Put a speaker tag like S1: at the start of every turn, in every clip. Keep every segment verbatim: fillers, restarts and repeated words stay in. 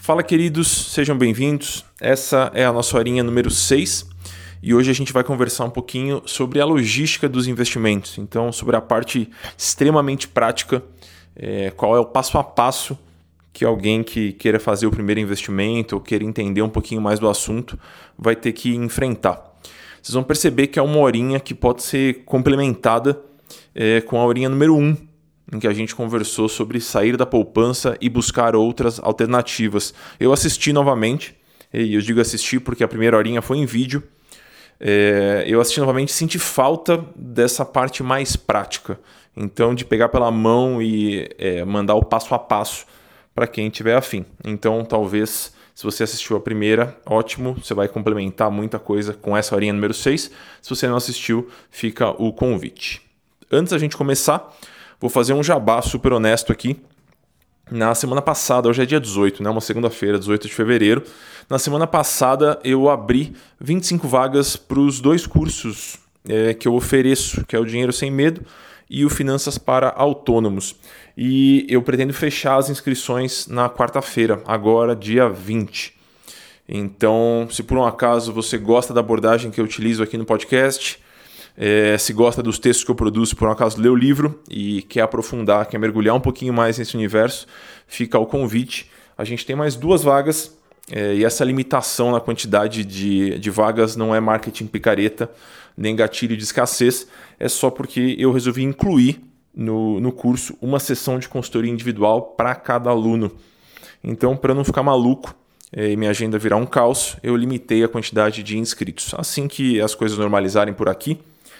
S1: Fala, queridos, sejam bem-vindos. Essa é a nossa horinha número seis e hoje a gente vai conversar um pouquinho sobre a logística dos investimentos. Então, sobre a parte extremamente prática, é, qual é o passo a passo que alguém que queira fazer o primeiro investimento ou queira entender um pouquinho mais do assunto vai ter que enfrentar. Vocês vão perceber que é uma horinha que pode ser complementada é, com a horinha número um, em que a gente conversou sobre sair da poupança e buscar outras alternativas. Eu assisti novamente, e eu digo assistir porque a primeira horinha foi em vídeo. É, eu assisti novamente e senti falta dessa parte mais prática. Então, de pegar pela mão e é, mandar o passo a passo para quem tiver afim. Então, talvez, se você assistiu a primeira, ótimo, você vai complementar muita coisa com essa horinha número seis. Se você não assistiu, fica o convite. Antes da gente começar, vou fazer um jabá super honesto aqui. Na semana passada, hoje é dia dezoito, né? Uma segunda-feira, dezoito de fevereiro. Na semana passada eu abri vinte e cinco vagas para os dois cursos é, que eu ofereço, que é o Dinheiro Sem Medo e o Finanças para Autônomos. E eu pretendo fechar as inscrições na quarta-feira, agora dia vinte. Então, se por um acaso você gosta da abordagem que eu utilizo aqui no podcast, É, se gosta dos textos que eu produzo, por um acaso lê o livro e quer aprofundar, quer mergulhar um pouquinho mais nesse universo, fica o convite. A gente tem mais duas vagas é, e essa limitação na quantidade de, de vagas não é marketing picareta, nem gatilho de escassez, é só porque eu resolvi incluir no, no curso uma sessão de consultoria individual para cada aluno. Então, para não ficar maluco é, e minha agenda virar um caos, eu limitei a quantidade de inscritos. Assim que as coisas normalizarem por aqui,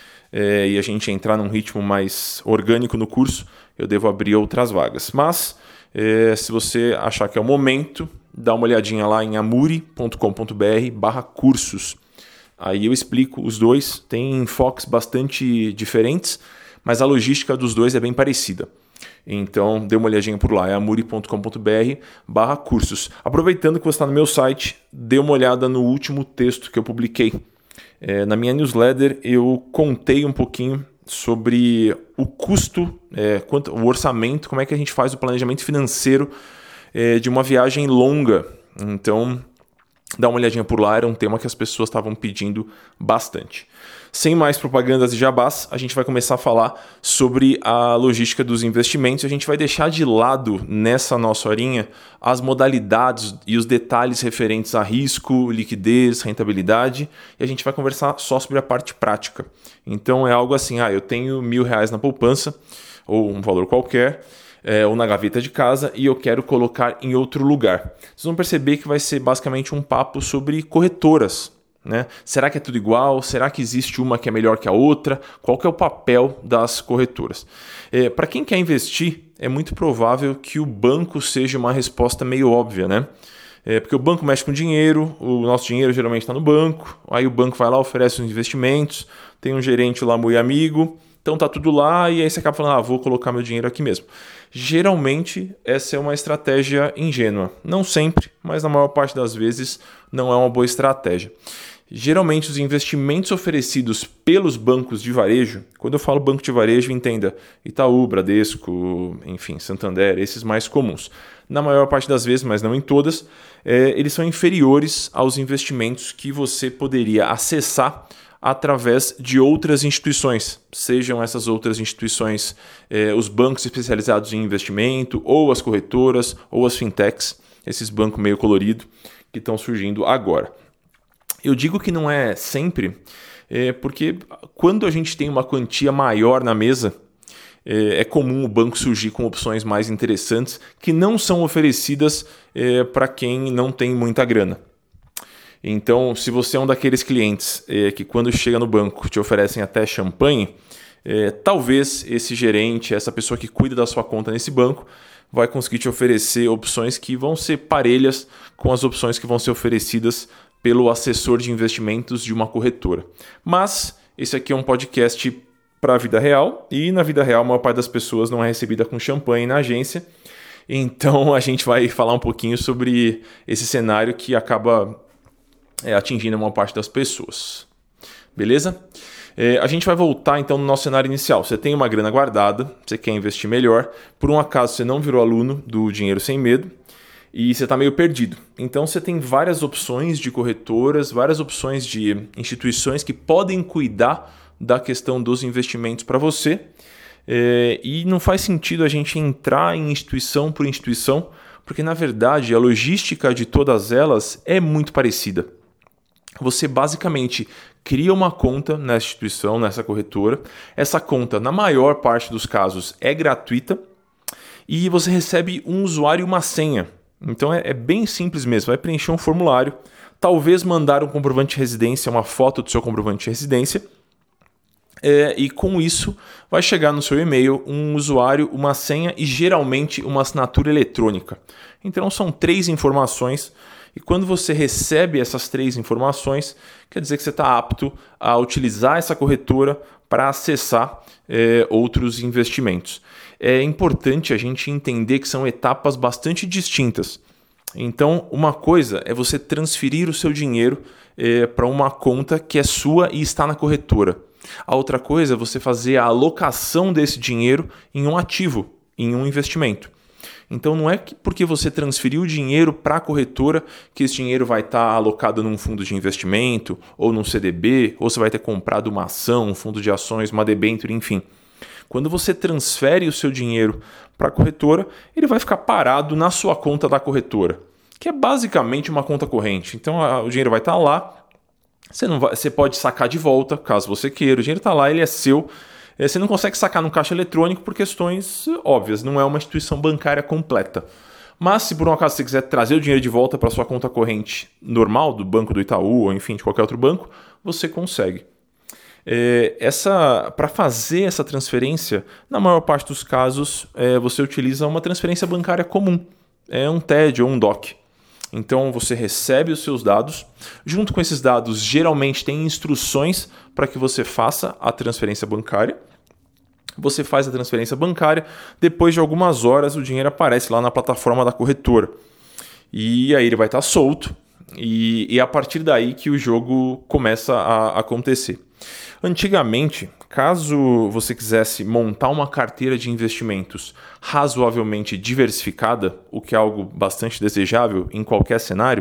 S1: É, e a gente entrar num ritmo mais orgânico no curso, eu devo abrir outras vagas. Mas, é, se você achar que é o momento, dá uma olhadinha lá em amuri.com.br barra cursos. Aí eu explico os dois, tem enfoques bastante diferentes, mas a logística dos dois é bem parecida. Então, dê uma olhadinha por lá, é amuri.com.br barra cursos. Aproveitando que você está no meu site, dê uma olhada no último texto que eu publiquei. É, na minha newsletter eu contei um pouquinho sobre o custo, é, quanto, o orçamento, como é que a gente faz o planejamento financeiro é, de uma viagem longa. Então, dá uma olhadinha por lá, era um tema que as pessoas estavam pedindo bastante. Sem mais propagandas e jabás, a gente vai começar a falar sobre a logística dos investimentos. A gente vai deixar de lado, nessa nossa horinha, as modalidades e os detalhes referentes a risco, liquidez, rentabilidade. E a gente vai conversar só sobre a parte prática. Então é algo assim, ah, eu tenho mil reais na poupança, ou um valor qualquer, é, ou na gaveta de casa, e eu quero colocar em outro lugar. Vocês vão perceber que vai ser basicamente um papo sobre corretoras. Né? Será que é tudo igual? Será que existe uma que é melhor que a outra? Qual que é o papel das corretoras? É, para quem quer investir, é muito provável que o banco seja uma resposta meio óbvia, né? É, porque o banco mexe com dinheiro, o nosso dinheiro geralmente está no banco, aí o banco vai lá, oferece os investimentos, tem um gerente lá muito amigo, então tá tudo lá e aí você acaba falando, ah, vou colocar meu dinheiro aqui mesmo. Geralmente essa é uma estratégia ingênua. Não sempre, mas na maior parte das vezes não é uma boa estratégia. Geralmente os investimentos oferecidos pelos bancos de varejo, quando eu falo banco de varejo, entenda Itaú, Bradesco, enfim, Santander, esses mais comuns. Na maior parte das vezes, mas não em todas, é, eles são inferiores aos investimentos que você poderia acessar através de outras instituições, sejam essas outras instituições eh, os bancos especializados em investimento, ou as corretoras, ou as fintechs, esses bancos meio coloridos que estão surgindo agora. Eu digo que não é sempre, é, porque quando a gente tem uma quantia maior na mesa, é, é comum o banco surgir com opções mais interessantes que não são oferecidas é, para quem não tem muita grana. Então, se você é um daqueles clientes é, que quando chega no banco te oferecem até champanhe, é, talvez esse gerente, essa pessoa que cuida da sua conta nesse banco, vai conseguir te oferecer opções que vão ser parelhas com as opções que vão ser oferecidas pelo assessor de investimentos de uma corretora. Mas esse aqui é um podcast para a vida real e na vida real a maior parte das pessoas não é recebida com champanhe na agência. Então a gente vai falar um pouquinho sobre esse cenário que acaba é, atingindo a maior parte das pessoas. Beleza? É, a gente vai voltar então no nosso cenário inicial. Você tem uma grana guardada, você quer investir melhor, por um acaso você não virou aluno do Dinheiro Sem Medo e você está meio perdido. Então você tem várias opções de corretoras, várias opções de instituições que podem cuidar da questão dos investimentos para você. É, e não faz sentido a gente entrar em instituição por instituição, porque na verdade a logística de todas elas é muito parecida. Você basicamente cria uma conta nessa instituição, nessa corretora. Essa conta, na maior parte dos casos, é gratuita e você recebe um usuário e uma senha. Então é, é bem simples mesmo, vai preencher um formulário, talvez mandar um comprovante de residência, uma foto do seu comprovante de residência, é, e com isso vai chegar no seu e-mail um usuário, uma senha e geralmente uma assinatura eletrônica. Então são três informações e quando você recebe essas três informações, quer dizer que você está apto a utilizar essa corretora para acessar é, outros investimentos. É importante a gente entender que são etapas bastante distintas. Então, uma coisa é você transferir o seu dinheiro é, para uma conta que é sua e está na corretora. A outra coisa é você fazer a alocação desse dinheiro em um ativo, em um investimento. Então, não é que porque você transferiu o dinheiro para a corretora que esse dinheiro vai estar alocado num fundo de investimento, ou num C D B, ou você vai ter comprado uma ação, um fundo de ações, uma debênture, enfim. Quando você transfere o seu dinheiro para a corretora, ele vai ficar parado na sua conta da corretora, que é basicamente uma conta corrente. Então a, o dinheiro vai estar lá, você, não vai, você pode sacar de volta, caso você queira. O dinheiro está lá, ele é seu. Você não consegue sacar no caixa eletrônico por questões óbvias, não é uma instituição bancária completa. Mas se por um acaso você quiser trazer o dinheiro de volta para sua conta corrente normal, do banco do Itaú ou enfim de qualquer outro banco, você consegue. É, essa, para fazer essa transferência, na maior parte dos casos, é, você utiliza uma transferência bancária comum, é um T E D ou um D O C. Então você recebe os seus dados, junto com esses dados geralmente tem instruções para que você faça a transferência bancária. Você faz a transferência bancária, depois de algumas horas o dinheiro aparece lá na plataforma da corretora. E aí ele vai estar solto e, e é a partir daí que o jogo começa a acontecer. Antigamente, caso você quisesse montar uma carteira de investimentos razoavelmente diversificada, o que é algo bastante desejável em qualquer cenário,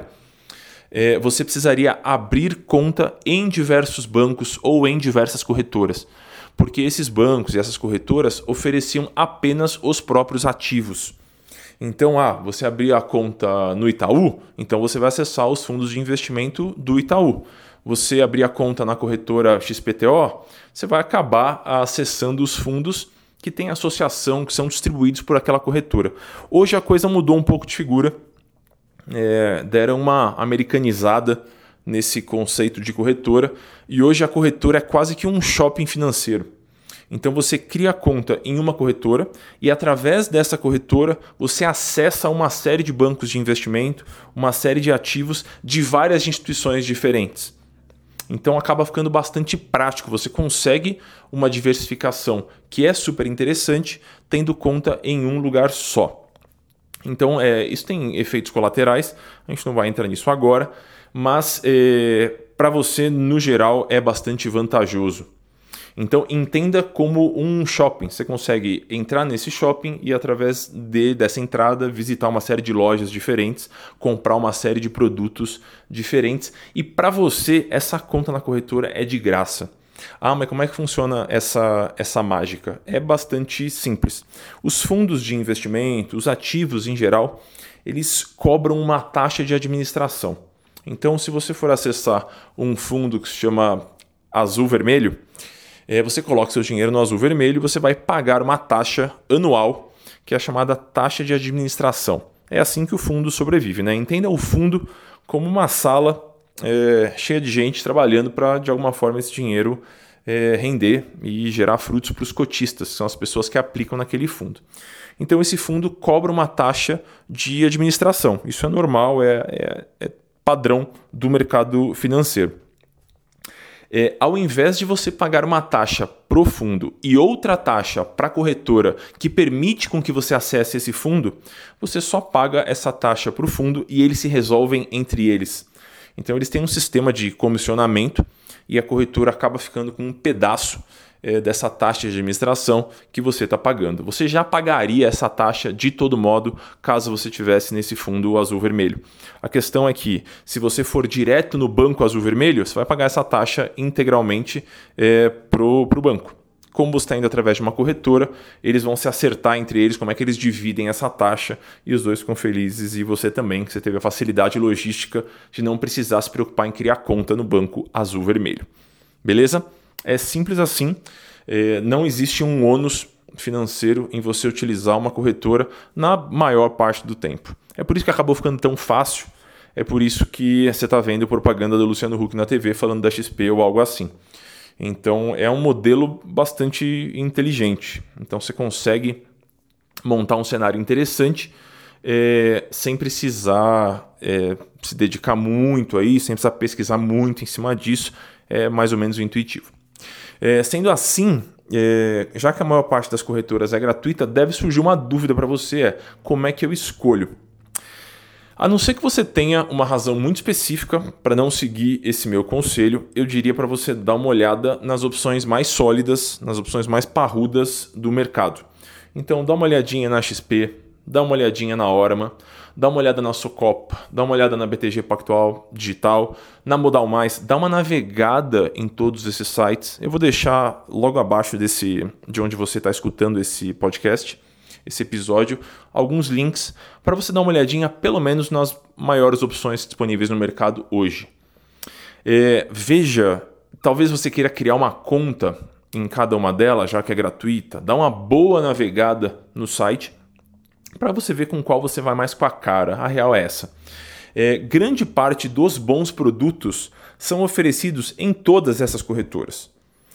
S1: é, você precisaria abrir conta em diversos bancos ou em diversas corretoras, porque esses bancos e essas corretoras ofereciam apenas os próprios ativos. Então, ah, você abrir a conta no Itaú, então você vai acessar os fundos de investimento do Itaú. Você abrir a conta na corretora X P T O, você vai acabar acessando os fundos que têm associação, que são distribuídos por aquela corretora. Hoje a coisa mudou um pouco de figura, é, deram uma americanizada nesse conceito de corretora e hoje a corretora é quase que um shopping financeiro. Então você cria a conta em uma corretora e através dessa corretora você acessa uma série de bancos de investimento, uma série de ativos de várias instituições diferentes. Então acaba ficando bastante prático, você consegue uma diversificação que é super interessante tendo conta em um lugar só. Então é, isso tem efeitos colaterais, a gente não vai entrar nisso agora, mas é, para você no geral é bastante vantajoso. Então entenda como um shopping, você consegue entrar nesse shopping e através de, dessa entrada visitar uma série de lojas diferentes, comprar uma série de produtos diferentes e para você essa conta na corretora é de graça. Ah, mas como é que funciona essa, essa mágica? É bastante simples. Os fundos de investimento, os ativos em geral, eles cobram uma taxa de administração. Então se você for acessar um fundo que se chama Azul Vermelho, É, você coloca seu dinheiro no azul vermelho e você vai pagar uma taxa anual, que é a chamada taxa de administração. É assim que o fundo sobrevive, né? Entenda o fundo como uma sala é, cheia de gente trabalhando para, de alguma forma, esse dinheiro é, render e gerar frutos para os cotistas, que são as pessoas que aplicam naquele fundo. Então, esse fundo cobra uma taxa de administração. Isso é normal, é, é, é padrão do mercado financeiro. É, ao invés de você pagar uma taxa para o fundo e outra taxa para a corretora que permite com que você acesse esse fundo, você só paga essa taxa para o fundo e eles se resolvem entre eles. Então eles têm um sistema de comissionamento e a corretora acaba ficando com um pedaço é, dessa taxa de administração que você está pagando. Você já pagaria essa taxa de todo modo caso você tivesse nesse fundo azul-vermelho. A questão é que se você for direto no banco azul-vermelho, você vai pagar essa taxa integralmente é, para o banco. Como você está indo através de uma corretora, eles vão se acertar entre eles como é que eles dividem essa taxa e os dois ficam felizes e você também, que você teve a facilidade logística de não precisar se preocupar em criar conta no banco azul-vermelho. Beleza? É simples assim, é, não existe um ônus financeiro em você utilizar uma corretora na maior parte do tempo. É por isso que acabou ficando tão fácil, é por isso que você está vendo propaganda do Luciano Huck na T V falando da X P ou algo assim. Então é um modelo bastante inteligente. Então você consegue montar um cenário interessante é, sem precisar é, se dedicar muito a isso, sem precisar pesquisar muito em cima disso. É mais ou menos o intuitivo. É, sendo assim, é, já que a maior parte das corretoras é gratuita, deve surgir uma dúvida para você, é como é que eu escolho? A não ser que você tenha uma razão muito específica para não seguir esse meu conselho, eu diria para você dar uma olhada nas opções mais sólidas, nas opções mais parrudas do mercado. Então dá uma olhadinha na X P, dá uma olhadinha na Orama, dá uma olhada na Socop, dá uma olhada na B T G Pactual Digital, na Modal Mais, dá uma navegada em todos esses sites. Eu vou deixar logo abaixo desse, de onde você está escutando esse podcast, esse episódio, alguns links para você dar uma olhadinha pelo menos nas maiores opções disponíveis no mercado hoje. É, veja, talvez você queira criar uma conta em cada uma delas, já que é gratuita. Dá uma boa navegada no site para você ver com qual você vai mais com a cara. A real é essa. É, grande parte dos bons produtos são oferecidos em todas essas corretoras.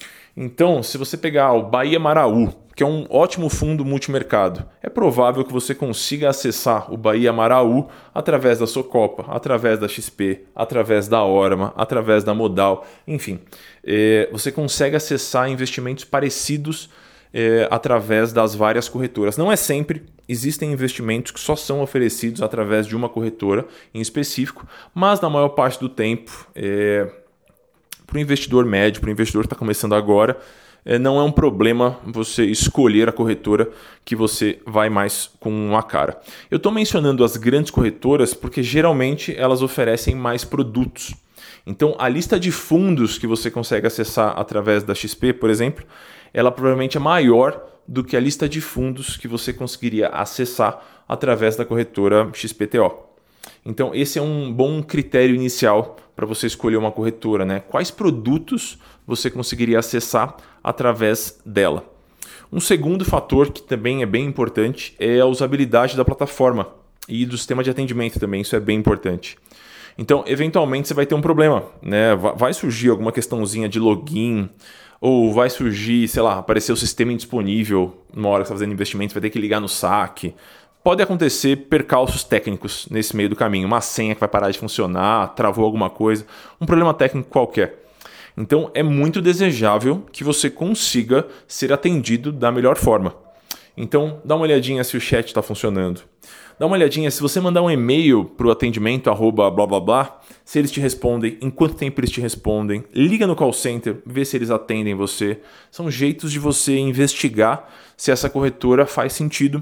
S1: Então, se você pegar o Bahia Maraú, que é um ótimo fundo multimercado, é provável que você consiga acessar o Bahia Maraú através da Socopa, através da X P, através da Orama, através da Modal, enfim. É, você consegue acessar investimentos parecidos é, através das várias corretoras. Não é sempre, existem investimentos que só são oferecidos através de uma corretora em específico, mas na maior parte do tempo, é, para o investidor médio, para o investidor que está começando agora, não é um problema você escolher a corretora que você vai mais com a cara. Eu estou mencionando as grandes corretoras porque geralmente elas oferecem mais produtos. Então a lista de fundos que você consegue acessar através da X P, por exemplo, ela provavelmente é maior do que a lista de fundos que você conseguiria acessar através da corretora X P T O. Então esse é um bom critério inicial para você escolher uma corretora, né? Quais produtos você conseguiria acessar através dela? Um segundo fator que também é bem importante é a usabilidade da plataforma e do sistema de atendimento também, isso é bem importante. Então, eventualmente você vai ter um problema, né? Vai surgir alguma questãozinha de login, ou vai surgir, sei lá, aparecer o sistema indisponível na hora que você está fazendo investimento, você vai ter que ligar no saque. Pode acontecer percalços técnicos nesse meio do caminho, uma senha que vai parar de funcionar, travou alguma coisa, um problema técnico qualquer. Então é muito desejável que você consiga ser atendido da melhor forma. Então dá uma olhadinha se o chat está funcionando. Dá uma olhadinha se você mandar um e-mail para o atendimento arroba blá blá blá, se eles te respondem, em quanto tempo eles te respondem. Liga no call center, vê se eles atendem você. São jeitos de você investigar se essa corretora faz sentido,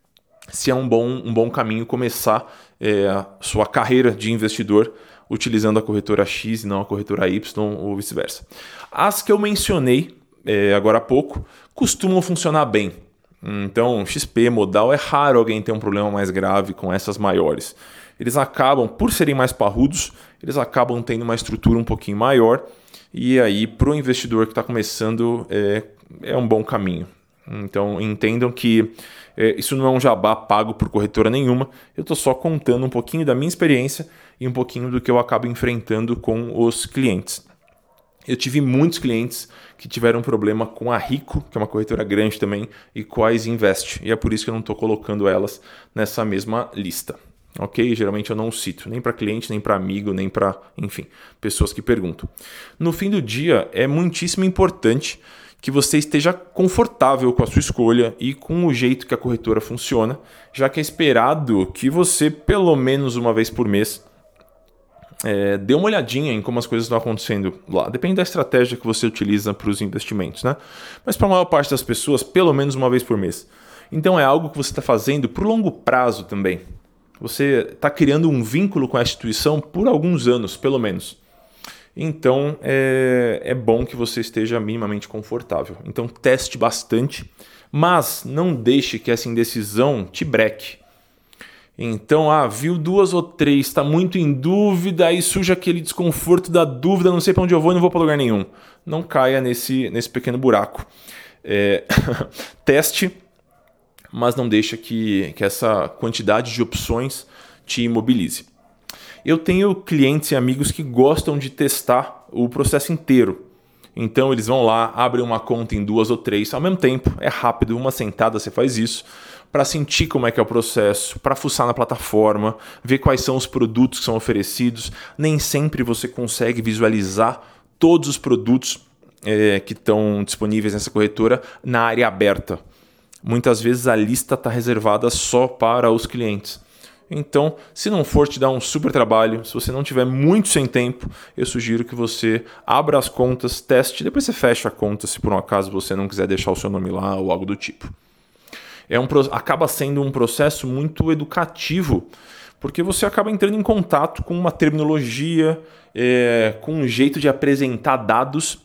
S1: se é um bom, um bom caminho começar é, a sua carreira de investidor utilizando a corretora X e não a corretora Y ou vice-versa. As que eu mencionei é, agora há pouco costumam funcionar bem. Então, X P, Modal, é raro alguém ter um problema mais grave com essas maiores. Eles acabam, por serem mais parrudos, eles acabam tendo uma estrutura um pouquinho maior e aí para o investidor que está começando é, é um bom caminho. Então entendam que é, isso não é um jabá pago por corretora nenhuma, eu estou só contando um pouquinho da minha experiência e um pouquinho do que eu acabo enfrentando com os clientes. Eu tive muitos clientes que tiveram problema com a Rico, que é uma corretora grande também, e com a Isinvest, e é por isso que eu não estou colocando elas nessa mesma lista. Ok? Geralmente eu não cito, nem para cliente, nem para amigo, nem para, enfim, pessoas que perguntam. No fim do dia, é muitíssimo importante que você esteja confortável com a sua escolha e com o jeito que a corretora funciona, já que é esperado que você, pelo menos uma vez por mês, É, dê uma olhadinha em como as coisas estão acontecendo lá. Depende da estratégia que você utiliza para os investimentos, né? Mas para a maior parte das pessoas, pelo menos uma vez por mês. Então é algo que você está fazendo por longo prazo também. Você está criando um vínculo com a instituição por alguns anos, pelo menos. Então é, é bom que você esteja minimamente confortável. Então teste bastante, mas não deixe que essa indecisão te breque. Então, ah, viu duas ou três, está muito em dúvida, aí surge aquele desconforto da dúvida, não sei para onde eu vou e não vou para lugar nenhum. Não caia nesse, nesse pequeno buraco. É, teste, mas não deixa que, que essa quantidade de opções te imobilize. Eu tenho clientes e amigos que gostam de testar o processo inteiro. Então eles vão lá, abrem uma conta em duas ou três ao mesmo tempo, é rápido, uma sentada você faz isso, para sentir como é que é o processo, para fuçar na plataforma, ver quais são os produtos que são oferecidos. Nem sempre você consegue visualizar todos os produtos é, que estão disponíveis nessa corretora na área aberta. Muitas vezes a lista está reservada só para os clientes. Então, se não for te dar um super trabalho, se você não tiver muito sem tempo, eu sugiro que você abra as contas, teste, depois você fecha a conta se por um acaso você não quiser deixar o seu nome lá ou algo do tipo. É um, acaba sendo um processo muito educativo, porque você acaba entrando em contato com uma terminologia, é, com um jeito de apresentar dados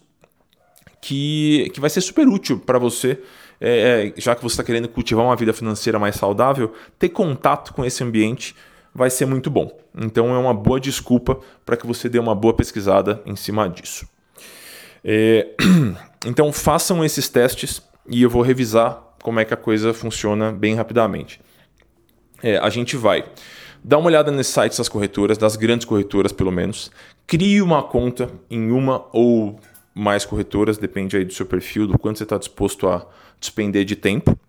S1: que, que vai ser super útil para você, é, já que você está querendo cultivar uma vida financeira mais saudável, ter contato com esse ambiente vai ser muito bom. Então é uma boa desculpa para que você dê uma boa pesquisada em cima disso. É, então façam esses testes e eu vou revisar como é que a coisa funciona bem rapidamente. É, a gente vai dar uma olhada nos sites das corretoras, das grandes corretoras pelo menos, crie uma conta em uma ou mais corretoras, depende aí do seu perfil, do quanto você está disposto a despender de tempo.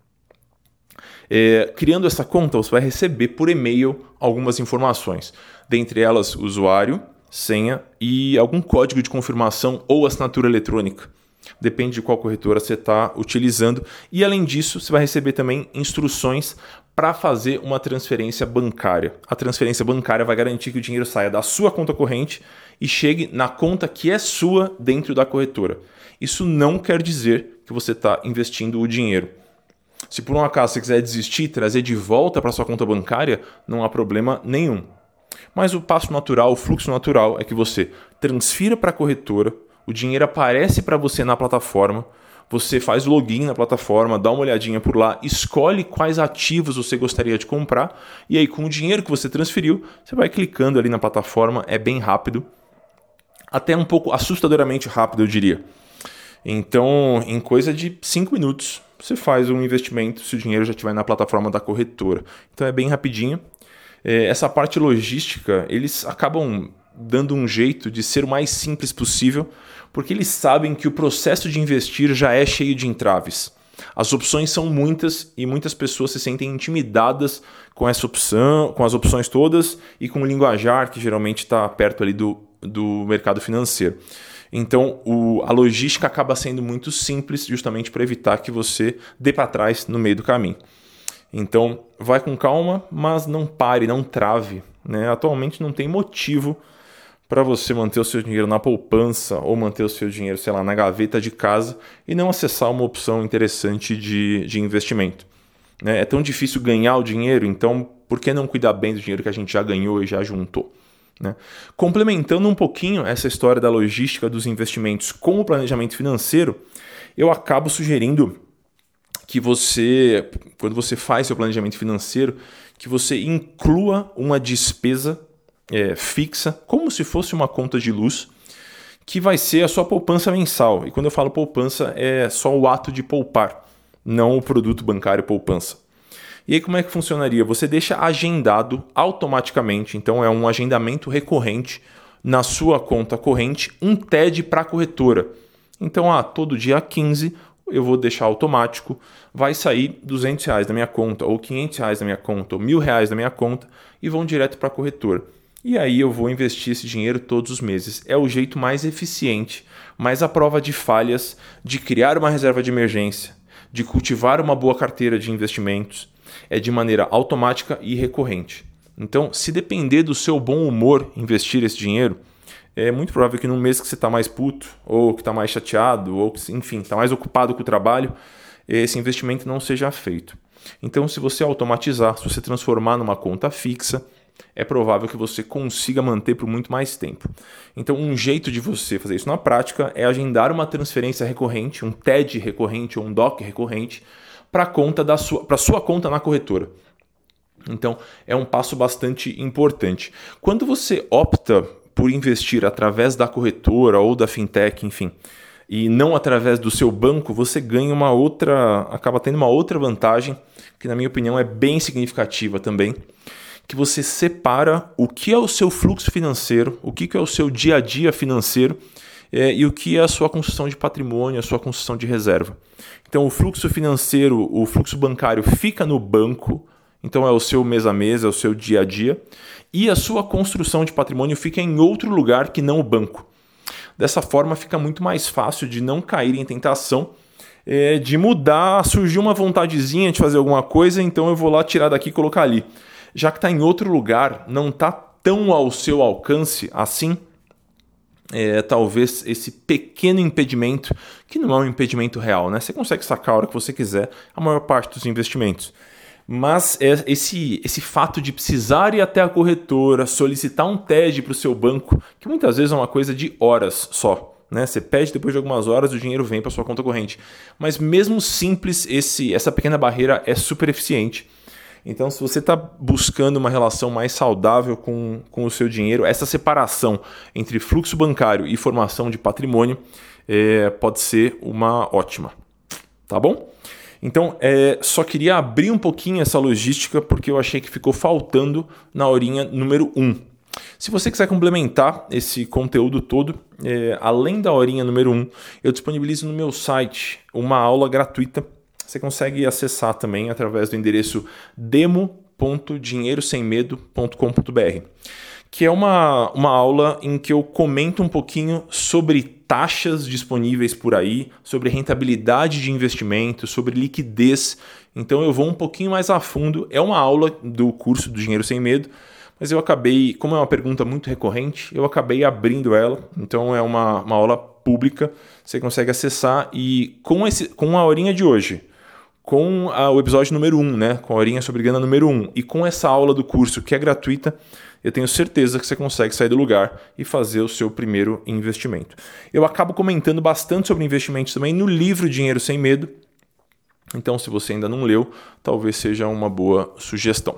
S1: É, criando essa conta, você vai receber por e-mail algumas informações, dentre elas usuário, senha e algum código de confirmação ou assinatura eletrônica. Depende de qual corretora você está utilizando. E além disso, você vai receber também instruções para fazer uma transferência bancária. A transferência bancária vai garantir que o dinheiro saia da sua conta corrente e chegue na conta que é sua dentro da corretora. Isso não quer dizer que você está investindo o dinheiro. Se por um acaso você quiser desistir e trazer de volta para sua conta bancária, não há problema nenhum. Mas o passo natural, o fluxo natural é que você transfira para a corretora, o dinheiro aparece para você na plataforma, você faz o login na plataforma, dá uma olhadinha por lá, escolhe quais ativos você gostaria de comprar e aí com o dinheiro que você transferiu, você vai clicando ali na plataforma, é bem rápido, até um pouco assustadoramente rápido eu diria. Então, em coisa de cinco minutos, você faz um investimento se o dinheiro já estiver na plataforma da corretora. Então é bem rapidinho. Essa parte logística, eles acabam dando um jeito de ser o mais simples possível, porque eles sabem que o processo de investir já é cheio de entraves. As opções são muitas e muitas pessoas se sentem intimidadas com essa opção, com as opções todas e com o linguajar que geralmente está perto ali do, do mercado financeiro. Então o, a logística acaba sendo muito simples justamente para evitar que você dê para trás no meio do caminho. Então vai com calma, mas não pare, não trave, né? Atualmente não tem motivo para você manter o seu dinheiro na poupança ou manter o seu dinheiro, sei lá, na gaveta de casa e não acessar uma opção interessante de, de investimento. Né? É tão difícil ganhar o dinheiro, então por que não cuidar bem do dinheiro que a gente já ganhou e já juntou? Né? Complementando um pouquinho essa história da logística dos investimentos com o planejamento financeiro, eu acabo sugerindo que você, quando você faz seu planejamento financeiro, que você inclua uma despesa É, fixa, como se fosse uma conta de luz, que vai ser a sua poupança mensal. E quando eu falo poupança, é só o ato de poupar, não o produto bancário poupança. E aí como é que funcionaria? Você deixa agendado automaticamente, então é um agendamento recorrente na sua conta corrente, um T E D para a corretora. Então, ah, todo dia quinze eu vou deixar automático, vai sair duzentos reais da minha conta, ou quinhentos reais da minha conta, ou mil reais da minha conta, e vão direto para a corretora. E aí eu vou investir esse dinheiro todos os meses. É o jeito mais eficiente, mais à prova de falhas, de criar uma reserva de emergência, de cultivar uma boa carteira de investimentos. É de maneira automática e recorrente. Então, se depender do seu bom humor investir esse dinheiro, é muito provável que num mês que você está mais puto, ou que está mais chateado, ou que, enfim, está mais ocupado com o trabalho, esse investimento não seja feito. Então, se você automatizar, se você transformar numa conta fixa, é provável que você consiga manter por muito mais tempo. Então, um jeito de você fazer isso na prática é agendar uma transferência recorrente, um T E D recorrente ou um D O C recorrente para a conta da sua, para sua conta na corretora. Então, é um passo bastante importante. Quando você opta por investir através da corretora ou da fintech, enfim, e não através do seu banco, você ganha uma outra, acaba tendo uma outra vantagem, que na minha opinião é bem significativa também, que você separa o que é o seu fluxo financeiro, o que é o seu dia a dia financeiro é, e o que é a sua construção de patrimônio, a sua construção de reserva. Então, o fluxo financeiro, o fluxo bancário fica no banco, então é o seu mês a mês, é o seu dia a dia, e a sua construção de patrimônio fica em outro lugar que não o banco. Dessa forma, fica muito mais fácil de não cair em tentação é, de mudar, surgiu uma vontadezinha de fazer alguma coisa, então eu vou lá tirar daqui e colocar ali. Já que está em outro lugar, não está tão ao seu alcance assim, é, talvez esse pequeno impedimento, que não é um impedimento real, né? Você consegue sacar a hora que você quiser a maior parte dos investimentos. Mas é esse, esse fato de precisar ir até a corretora, solicitar um T E D para o seu banco, que muitas vezes é uma coisa de horas só, né? Você pede, depois de algumas horas o dinheiro vem para sua conta corrente. Mas mesmo simples, esse, essa pequena barreira é super eficiente. Então, se você está buscando uma relação mais saudável com, com o seu dinheiro, essa separação entre fluxo bancário e formação de patrimônio é, pode ser uma ótima. Tá bom? Então, é, só queria abrir um pouquinho essa logística porque eu achei que ficou faltando na horinha número um. Se você quiser complementar esse conteúdo todo, é, além da horinha número um, eu disponibilizo no meu site uma aula gratuita. Você consegue acessar também através do endereço demo ponto dinheiro sem medo ponto com ponto b r, que é uma, uma aula em que eu comento um pouquinho sobre taxas disponíveis por aí, sobre rentabilidade de investimento, sobre liquidez. Então eu vou um pouquinho mais a fundo. É uma aula do curso do Dinheiro Sem Medo, mas eu acabei, como é uma pergunta muito recorrente, eu acabei abrindo ela. Então é uma, uma aula pública, você consegue acessar e com, esse, com a horinha de hoje, com a, o episódio número um, né, com a horinha sobre grana número um, e com essa aula do curso que é gratuita, eu tenho certeza que você consegue sair do lugar e fazer o seu primeiro investimento. Eu acabo comentando bastante sobre investimentos também no livro Dinheiro Sem Medo, então se você ainda não leu, talvez seja uma boa sugestão.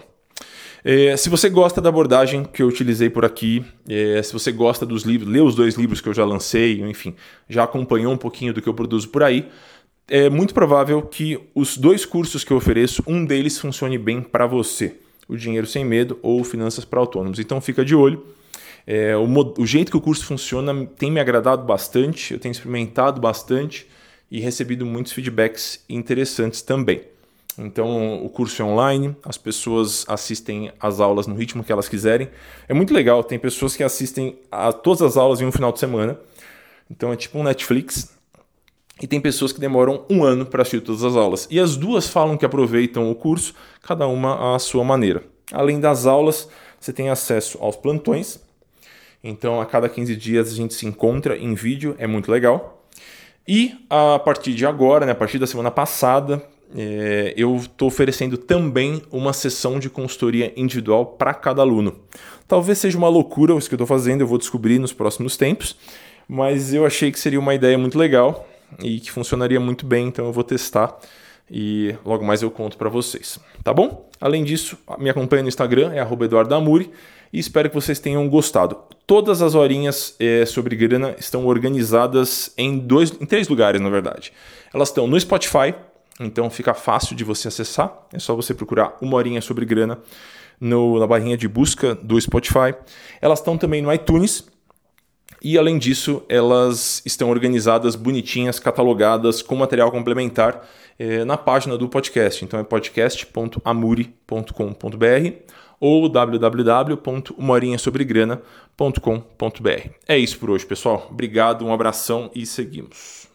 S1: É, se você gosta da abordagem que eu utilizei por aqui, é, se você gosta dos livros, lê os dois livros que eu já lancei, enfim, já acompanhou um pouquinho do que eu produzo por aí, é muito provável que os dois cursos que eu ofereço, um deles funcione bem para você. O Dinheiro Sem Medo ou Finanças para Autônomos. Então fica de olho. É, o, mod... o jeito que o curso funciona tem me agradado bastante, eu tenho experimentado bastante e recebido muitos feedbacks interessantes também. Então o curso é online, as pessoas assistem às aulas no ritmo que elas quiserem. É muito legal, tem pessoas que assistem a todas as aulas em um final de semana. Então é tipo um Netflix. E tem pessoas que demoram um ano para assistir todas as aulas. E as duas falam que aproveitam o curso, cada uma à sua maneira. Além das aulas, você tem acesso aos plantões. Então, a cada quinze dias a gente se encontra em vídeo, é muito legal. E a partir de agora, né, a partir da semana passada, é, eu estou oferecendo também uma sessão de consultoria individual para cada aluno. Talvez seja uma loucura isso que eu estou fazendo, eu vou descobrir nos próximos tempos. Mas eu achei que seria uma ideia muito legal e que funcionaria muito bem, então eu vou testar e logo mais eu conto para vocês, tá bom? Além disso, me acompanha no Instagram, é arroba eduardo amuri, e espero que vocês tenham gostado. Todas as horinhas é, sobre grana estão organizadas em, dois, em três lugares, na verdade. Elas estão no Spotify, então fica fácil de você acessar, é só você procurar uma horinha sobre grana no, na barrinha de busca do Spotify. Elas estão também no iTunes. E, além disso, elas estão organizadas, bonitinhas, catalogadas com material complementar eh, na página do podcast. Então, é podcast ponto amuri ponto com ponto b r ou w w w ponto uma horinha sobre grana ponto com ponto b r. É isso por hoje, pessoal. Obrigado, um abração e seguimos.